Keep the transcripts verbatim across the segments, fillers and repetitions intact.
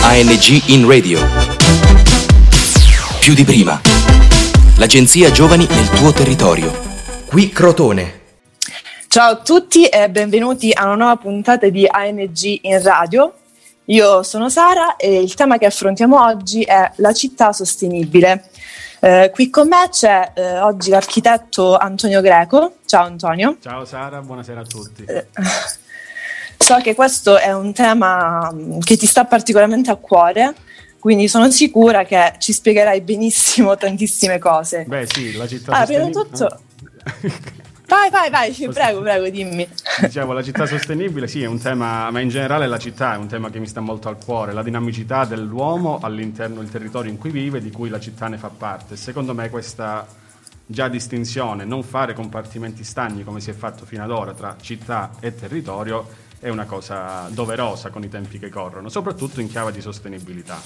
A N G in Radio. Più di prima. L'agenzia Giovani nel tuo territorio. Qui Crotone. Ciao a tutti e benvenuti a una nuova puntata di A N G in Radio. Io sono Sara e il tema che affrontiamo oggi è la città sostenibile. Eh, qui con me c'è eh, oggi l'architetto Antonio Greco. Ciao Antonio. Ciao Sara, buonasera a tutti. Eh, so che questo è un tema che ti sta particolarmente a cuore, quindi sono sicura che ci spiegherai benissimo tantissime cose. Beh sì, la città allora, sostenibile... prima di tutto... Vai, vai, vai, prego, prego, dimmi. Diciamo, la città sostenibile sì, è un tema, ma in generale la città è un tema che mi sta molto al cuore, la dinamicità dell'uomo all'interno del territorio in cui vive, di cui la città ne fa parte. Secondo me questa già distinzione, non fare compartimenti stagni come si è fatto fino ad ora tra città e territorio, è una cosa doverosa con i tempi che corrono, soprattutto in chiave di sostenibilità.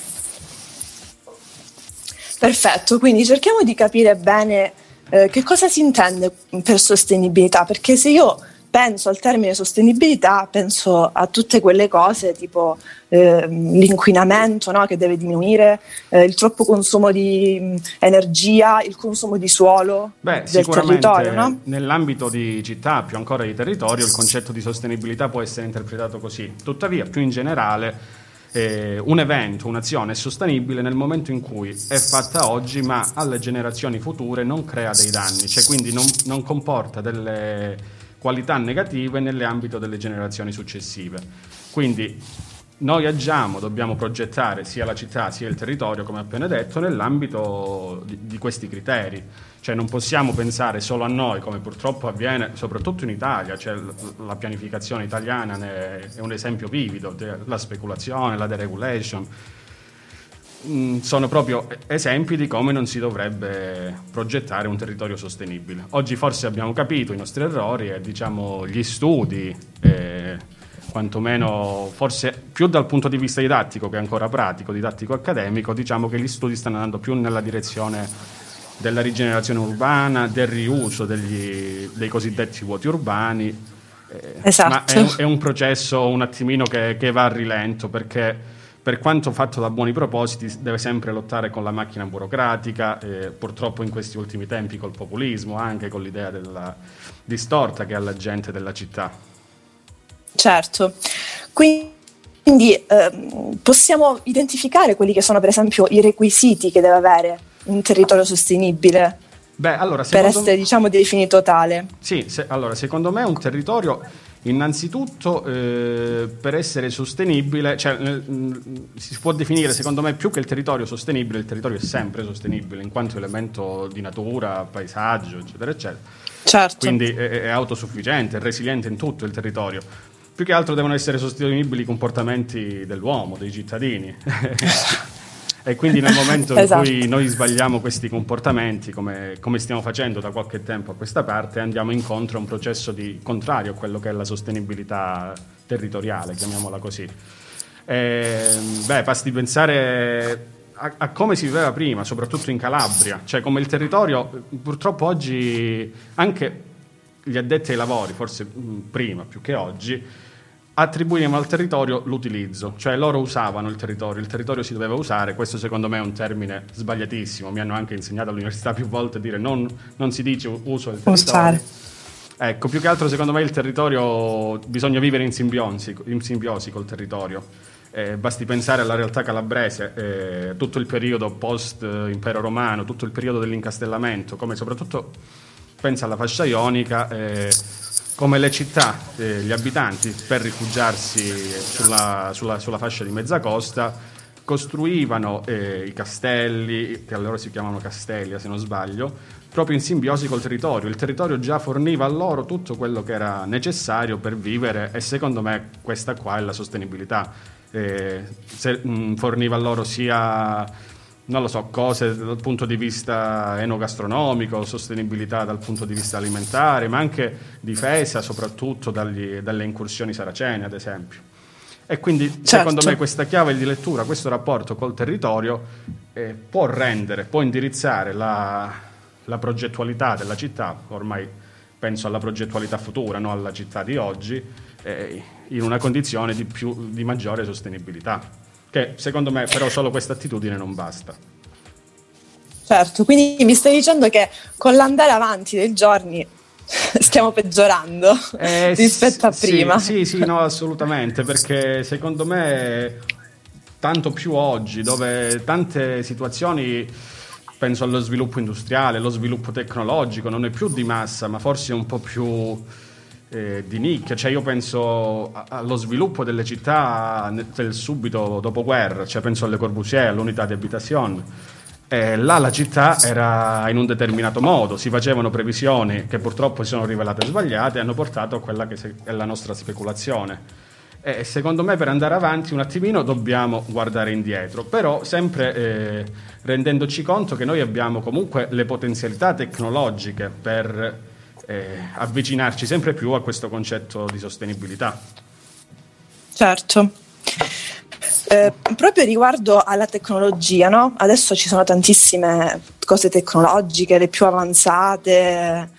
Perfetto, quindi cerchiamo di capire bene Eh, che cosa si intende per sostenibilità, perché se io penso al termine sostenibilità penso a tutte quelle cose tipo eh, l'inquinamento, no, che deve diminuire, eh, il troppo consumo di mh, energia, il consumo di suolo. Beh, del territorio, no? Nell'ambito di città, più ancora di territorio, il concetto di sostenibilità può essere interpretato così. Tuttavia, più in generale, Eh, un evento, un'azione è sostenibile nel momento in cui è fatta oggi ma alle generazioni future non crea dei danni, cioè quindi non, non comporta delle qualità negative nell'ambito delle generazioni successive. Quindi noi agiamo, dobbiamo progettare sia la città sia il territorio, come appena detto, nell'ambito di, di questi criteri. Cioè non possiamo pensare solo a noi, come purtroppo avviene soprattutto in Italia, cioè la pianificazione italiana ne è un esempio vivido, la speculazione, la deregulation, sono proprio esempi di come non si dovrebbe progettare un territorio sostenibile. Oggi forse abbiamo capito i nostri errori e diciamo gli studi, eh, quantomeno forse più dal punto di vista didattico che ancora pratico, didattico accademico, diciamo che gli studi stanno andando più nella direzione della rigenerazione urbana, del riuso degli, dei cosiddetti vuoti urbani, eh, esatto. Ma è un, è un processo un attimino che, che va a rilento, perché per quanto fatto da buoni propositi deve sempre lottare con la macchina burocratica, eh, purtroppo in questi ultimi tempi col populismo, anche con l'idea della distorta che ha la gente della città. Certo, quindi ehm, possiamo identificare quelli che sono per esempio i requisiti che deve avere un territorio sostenibile. Beh, allora, per essere me, diciamo definito tale. Sì, se, allora secondo me un territorio innanzitutto eh, per essere sostenibile, cioè eh, si può definire secondo me più che il territorio sostenibile, il territorio è sempre sostenibile in quanto elemento di natura, paesaggio, eccetera, eccetera. Certo. Quindi è, è autosufficiente, è resiliente in tutto il territorio. Più che altro devono essere sostenibili i comportamenti dell'uomo, dei cittadini. E quindi nel momento in esatto. cui noi sbagliamo questi comportamenti, come, come stiamo facendo da qualche tempo a questa parte, andiamo incontro a un processo di contrario a quello che è la sostenibilità territoriale, chiamiamola così. E, beh, basti pensare a, a come si viveva prima, soprattutto in Calabria, cioè come il territorio, purtroppo oggi anche gli addetti ai lavori, forse prima più che oggi, attribuivano al territorio l'utilizzo, cioè loro usavano il territorio, il territorio si doveva usare. Questo secondo me è un termine sbagliatissimo, mi hanno anche insegnato all'università più volte a dire non, non si dice uso del territorio. Usare. Ecco, più che altro secondo me il territorio bisogna vivere in simbiosi, in simbiosi col territorio. Eh, basti pensare alla realtà calabrese, eh, tutto il periodo post impero romano, tutto il periodo dell'incastellamento, come soprattutto pensa alla fascia ionica, eh, come le città, eh, gli abitanti per rifugiarsi sulla, sulla, sulla fascia di mezza costa costruivano eh, i castelli, che allora si chiamavano castelli se non sbaglio, proprio in simbiosi col territorio. Il territorio già forniva a loro tutto quello che era necessario per vivere e secondo me questa qua è la sostenibilità. Eh, se, mh, forniva a loro sia... non lo so, cose dal punto di vista enogastronomico, sostenibilità dal punto di vista alimentare, ma anche difesa soprattutto dagli, dalle incursioni saracene, ad esempio. E quindi, certo, secondo me, questa chiave di lettura, questo rapporto col territorio eh, può rendere, può indirizzare la, la progettualità della città, ormai penso alla progettualità futura, non alla città di oggi, eh, in una condizione di, più, di maggiore sostenibilità. che secondo me però solo questa attitudine non basta. Certo, quindi mi stai dicendo che con l'andare avanti dei giorni stiamo peggiorando eh, rispetto a sì, prima. Sì, sì, no, assolutamente, perché secondo me tanto più oggi, dove tante situazioni, penso allo sviluppo industriale, lo sviluppo tecnologico, non è più di massa, ma forse un po' più eh, di nicchia. Cioè io penso a- allo sviluppo delle città del subito dopoguerra, cioè penso alle Corbusier, all'unità di abitazione. Eh, là la città era in un determinato modo, si facevano previsioni che purtroppo si sono rivelate sbagliate e hanno portato a quella che è la nostra speculazione. E secondo me per andare avanti un attimino dobbiamo guardare indietro, però sempre eh, rendendoci conto che noi abbiamo comunque le potenzialità tecnologiche per eh, avvicinarci sempre più a questo concetto di sostenibilità. Certo. Eh, proprio riguardo alla tecnologia, no? Adesso ci sono tantissime cose tecnologiche, le più avanzate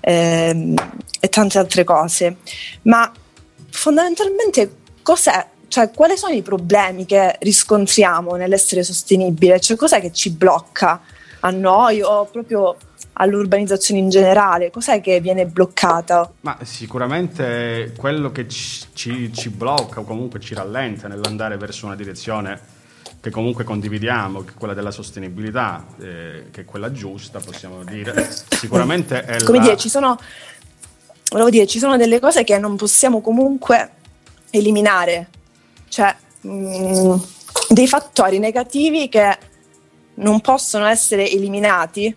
ehm, e tante altre cose, ma fondamentalmente cos'è? Cioè, quali sono i problemi che riscontriamo nell'essere sostenibile? Cioè, cos'è che ci blocca a noi o proprio all'urbanizzazione in generale? Cos'è che viene bloccata? Ma sicuramente quello che ci, ci, ci blocca o comunque ci rallenta nell'andare verso una direzione che comunque condividiamo, che è quella della sostenibilità, eh, che è quella giusta, possiamo dire, sicuramente è Come la... dire, ci sono, volevo dire, ci sono delle cose che non possiamo comunque eliminare, cioè mh, dei fattori negativi che non possono essere eliminati.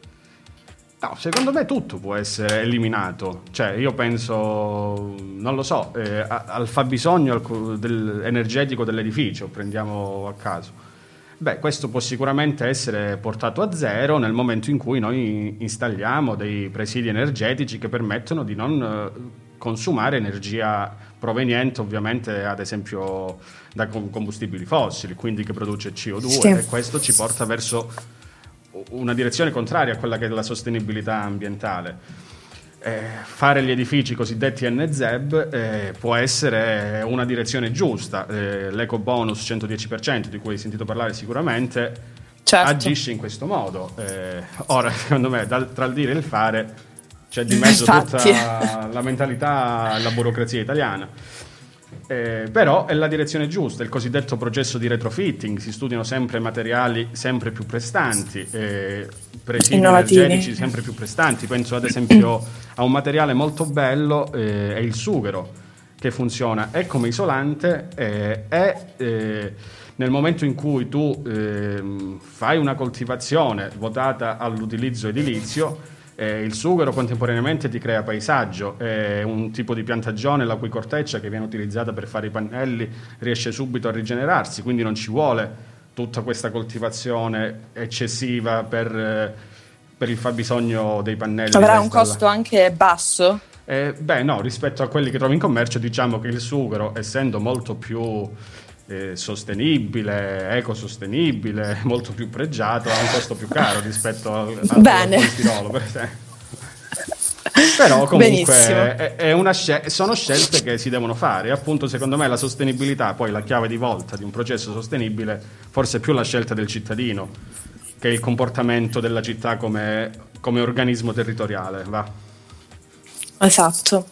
No, secondo me tutto può essere eliminato, cioè io penso, non lo so, eh, al fabbisogno al, del, energetico dell'edificio, prendiamo a caso. Beh, questo può sicuramente essere portato a zero nel momento in cui noi installiamo dei presidi energetici che permettono di non eh, consumare energia proveniente ovviamente ad esempio da combustibili fossili, quindi che produce C O due, sì. E questo ci porta verso una direzione contraria a quella che è la sostenibilità ambientale. Eh, fare gli edifici cosiddetti N Z E B eh, può essere una direzione giusta. Eh, l'eco bonus cento dieci per cento di cui hai sentito parlare sicuramente, certo, agisce in questo modo. Eh, ora, secondo me, dal, tra il dire e il fare c'è di mezzo Infatti. tutta la mentalità e la burocrazia italiana. Eh, però è la direzione giusta, il cosiddetto processo di retrofitting, si studiano sempre materiali sempre più prestanti, eh, presidi energetici sempre più prestanti. Penso ad esempio a un materiale molto bello, eh, è il sughero, che funziona e come isolante eh, e eh, nel momento in cui tu eh, fai una coltivazione votata all'utilizzo edilizio, Eh, il sughero contemporaneamente ti crea paesaggio, è un tipo di piantagione la cui corteccia che viene utilizzata per fare i pannelli riesce subito a rigenerarsi, quindi non ci vuole tutta questa coltivazione eccessiva per, eh, per il fabbisogno dei pannelli. Avrà un costo anche basso? Eh, beh no, rispetto a quelli che trovi in commercio diciamo che il sughero, essendo molto più Eh, sostenibile, ecosostenibile, molto più pregiato, ha un costo più caro rispetto al, al polistirolo, per esempio. Però comunque è, è una scel- sono scelte che si devono fare. E appunto secondo me la sostenibilità, poi la chiave di volta di un processo sostenibile, forse è più la scelta del cittadino che il comportamento della città come, come organismo territoriale. Va. Esatto.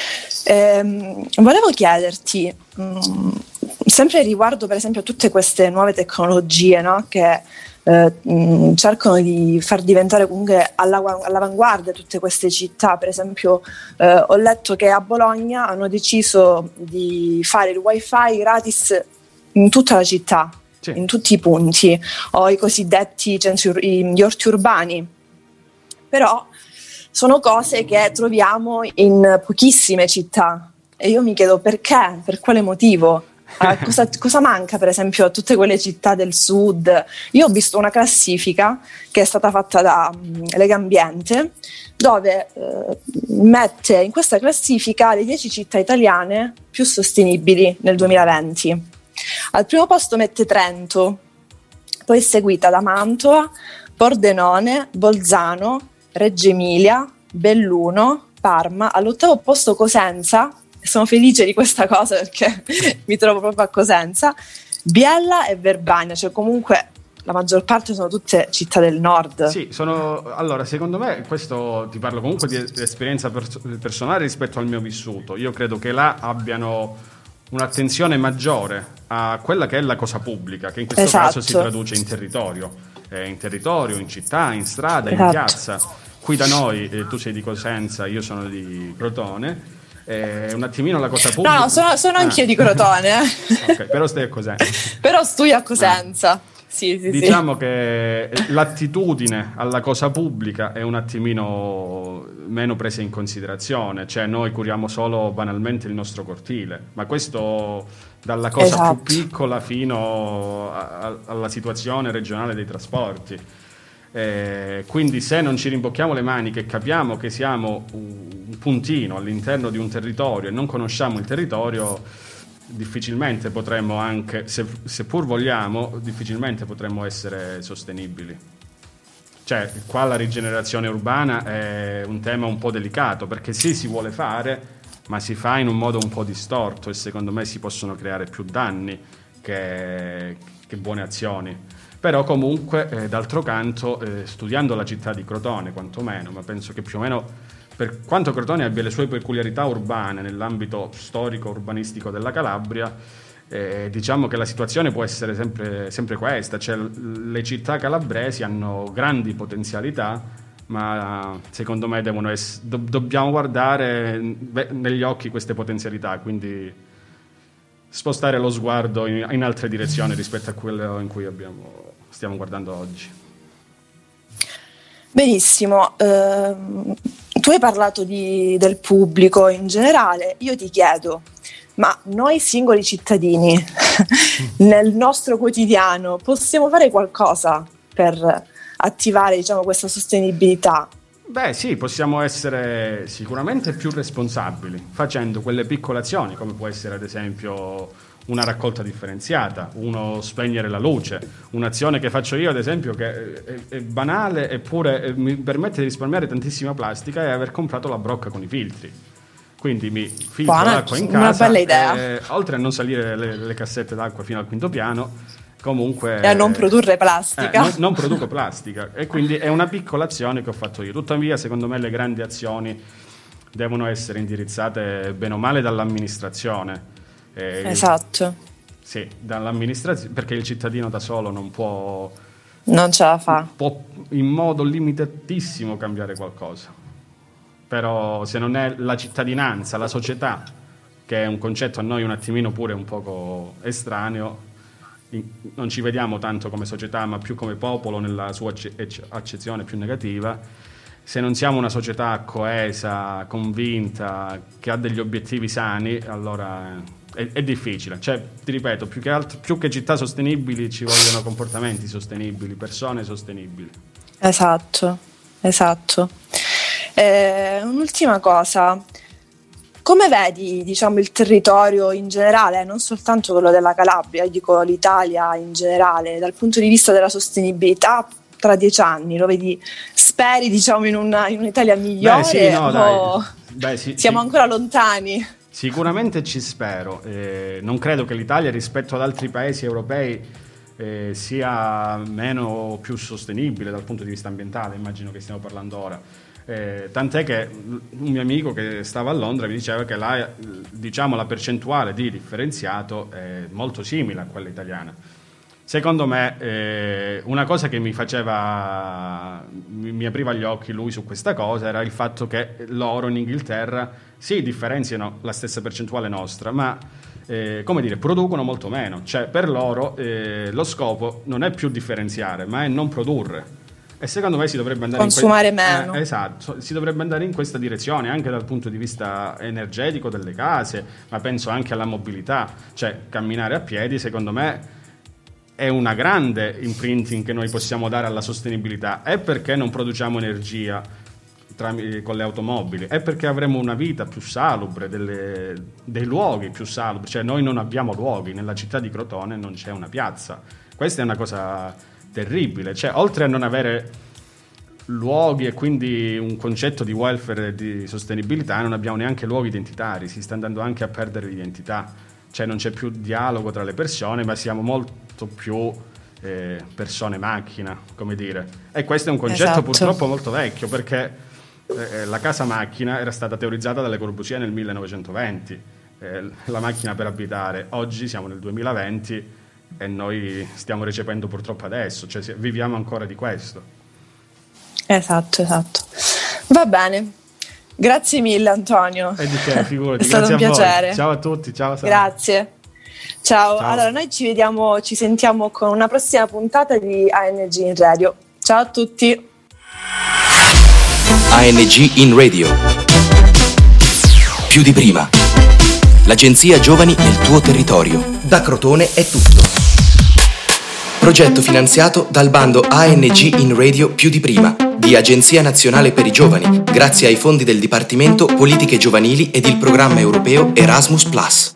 Ehm, volevo chiederti mh, sempre riguardo per esempio a tutte queste nuove tecnologie, no? Che eh, mh, cercano di far diventare comunque alla, all'avanguardia tutte queste città. Per esempio eh, ho letto che a Bologna hanno deciso di fare il wifi gratis in tutta la città, sì, in tutti i punti, o i cosiddetti centri, gli orti urbani. Però sono cose che troviamo in pochissime città e io mi chiedo perché, per quale motivo. Uh, cosa, cosa manca per esempio a tutte quelle città del sud? Io ho visto una classifica che è stata fatta da um, Legambiente, dove uh, mette in questa classifica le dieci città italiane più sostenibili nel duemilaventi. Al primo posto mette Trento, poi è seguita da Mantova, Pordenone, Bolzano, Reggio Emilia, Belluno, Parma, all'ottavo posto Cosenza. Sono felice di questa cosa perché mi trovo proprio a Cosenza, Biella e Verbania, cioè comunque la maggior parte sono tutte città del nord. Sì, sono, allora secondo me, questo ti parlo comunque di esperienza pers- personale rispetto al mio vissuto. Io credo che là abbiano un'attenzione maggiore a quella che è la cosa pubblica, che in questo Esatto. caso si traduce in territorio, eh, in territorio, in città, in strada, Esatto. in piazza. Qui da noi, eh, tu sei di Cosenza, io sono di Crotone, eh, un attimino la cosa pubblica. No, no, sono, sono Ah. anch'io di Crotone, eh. Ok, però stai a Cosenza. Però studio a Cosenza. Sì, sì, Diciamo sì. che l'attitudine alla cosa pubblica è un attimino meno presa in considerazione, cioè noi curiamo solo banalmente il nostro cortile, ma questo dalla cosa Esatto. più piccola fino a- a- alla situazione regionale dei trasporti. Eh, quindi se non ci rimbocchiamo le maniche e capiamo che siamo un puntino all'interno di un territorio e non conosciamo il territorio, difficilmente potremmo anche, se, seppur vogliamo, difficilmente potremmo essere sostenibili. Cioè, qua la rigenerazione urbana è un tema un po' delicato, perché sì, si vuole fare, ma si fa in un modo un po' distorto e secondo me si possono creare più danni che, che buone azioni. Però comunque, eh, d'altro canto, eh, studiando la città di Crotone, quantomeno, ma penso che più o meno, per quanto Crotone abbia le sue peculiarità urbane nell'ambito storico-urbanistico della Calabria, eh, diciamo che la situazione può essere sempre, sempre questa, cioè l- le città calabresi hanno grandi potenzialità, ma secondo me devono ess- do- dobbiamo guardare beh, negli occhi queste potenzialità, quindi spostare lo sguardo in, in altre direzioni rispetto a quello in cui abbiamo, stiamo guardando oggi. Benissimo, ehm, tu hai parlato di, del pubblico in generale, io ti chiedo, ma noi singoli cittadini nel nostro quotidiano possiamo fare qualcosa per attivare, diciamo, questa sostenibilità? Beh sì, possiamo essere sicuramente più responsabili facendo quelle piccole azioni, come può essere ad esempio una raccolta differenziata, uno spegnere la luce, un'azione che faccio io ad esempio che è, è banale eppure mi permette di risparmiare tantissima plastica, è aver comprato la brocca con i filtri. Quindi mi filtro Buona, l'acqua in una casa bella idea. e, oltre a non salire le, le cassette d'acqua fino al quinto piano, comunque E a non produrre eh, plastica. non, non produco plastica e quindi è una piccola azione che ho fatto io. Tuttavia secondo me le grandi azioni devono essere indirizzate bene o male dall'amministrazione. Eh, Esatto, Sì, dall'amministrazione, perché il cittadino da solo non può, non ce la fa. può in modo limitatissimo cambiare qualcosa. Però se non è la cittadinanza, la società, che è un concetto a noi un attimino pure un poco estraneo, in- non ci vediamo tanto come società, ma più come popolo nella sua acce- ecce- accezione più negativa. Se non siamo una società coesa, convinta, che ha degli obiettivi sani, allora è, è difficile. Cioè, ti ripeto, più che, altro, più che città sostenibili ci vogliono comportamenti sostenibili, persone sostenibili. Esatto, esatto. Eh, un'ultima cosa, come vedi, diciamo, il territorio in generale, non soltanto quello della Calabria, dico l'Italia in generale, dal punto di vista della sostenibilità tra dieci anni? Lo vedi, speri, diciamo, in, una, in un'Italia migliore? Beh, sì, no, o dai. Beh, sì, siamo sì. ancora lontani? Sicuramente ci spero. Eh, non credo che l'Italia rispetto ad altri paesi europei eh, sia meno o più sostenibile dal punto di vista ambientale, immagino che stiamo parlando ora. Eh, tant'è che un mio amico che stava a Londra mi diceva che la, diciamo, la percentuale di differenziato è molto simile a quella italiana. Secondo me eh, una cosa che mi faceva mi, mi apriva gli occhi lui su questa cosa era il fatto che loro in Inghilterra sì differenziano la stessa percentuale nostra, ma eh, come dire, producono molto meno. Cioè per loro eh, lo scopo non è più differenziare, ma è non produrre. E secondo me si dovrebbe andare consumare in que- meno. Eh, esatto, si dovrebbe andare in questa direzione anche dal punto di vista energetico delle case, ma penso anche alla mobilità. Cioè camminare a piedi secondo me è una grande imprinting che noi possiamo dare alla sostenibilità. È perché non produciamo energia tram- con le automobili, è perché avremo una vita più salubre, delle, dei luoghi più salubri. Cioè noi non abbiamo luoghi, nella città di Crotone non c'è una piazza. Questa è una cosa terribile. Cioè oltre a non avere luoghi e quindi un concetto di welfare e di sostenibilità, non abbiamo neanche luoghi identitari, si sta andando anche a perdere l'identità. cioè non c'è più dialogo tra le persone, ma siamo molto più eh, persone-macchina, come dire. E questo è un concetto Esatto. purtroppo molto vecchio, perché eh, la casa-macchina era stata teorizzata dalle Corbusier nel millenovecentoventi, eh, la macchina per abitare. Oggi siamo nel duemilaventi e noi stiamo recependo purtroppo adesso, cioè viviamo ancora di questo. Esatto, esatto. Va bene. Grazie mille Antonio. E di che, figurati. È stato Grazie un a piacere. voi. Ciao a tutti, ciao Sara. Grazie. Ciao. Ciao. Allora noi ci vediamo, ci sentiamo con una prossima puntata di A N G in Radio. Ciao a tutti. A N G in Radio. Più di prima. L'agenzia Giovani nel tuo territorio. Da Crotone è tutto. Progetto finanziato dal bando A N G in Radio Più di prima di Agenzia Nazionale per i Giovani, grazie ai fondi del Dipartimento Politiche Giovanili ed il programma europeo Erasmus Plus.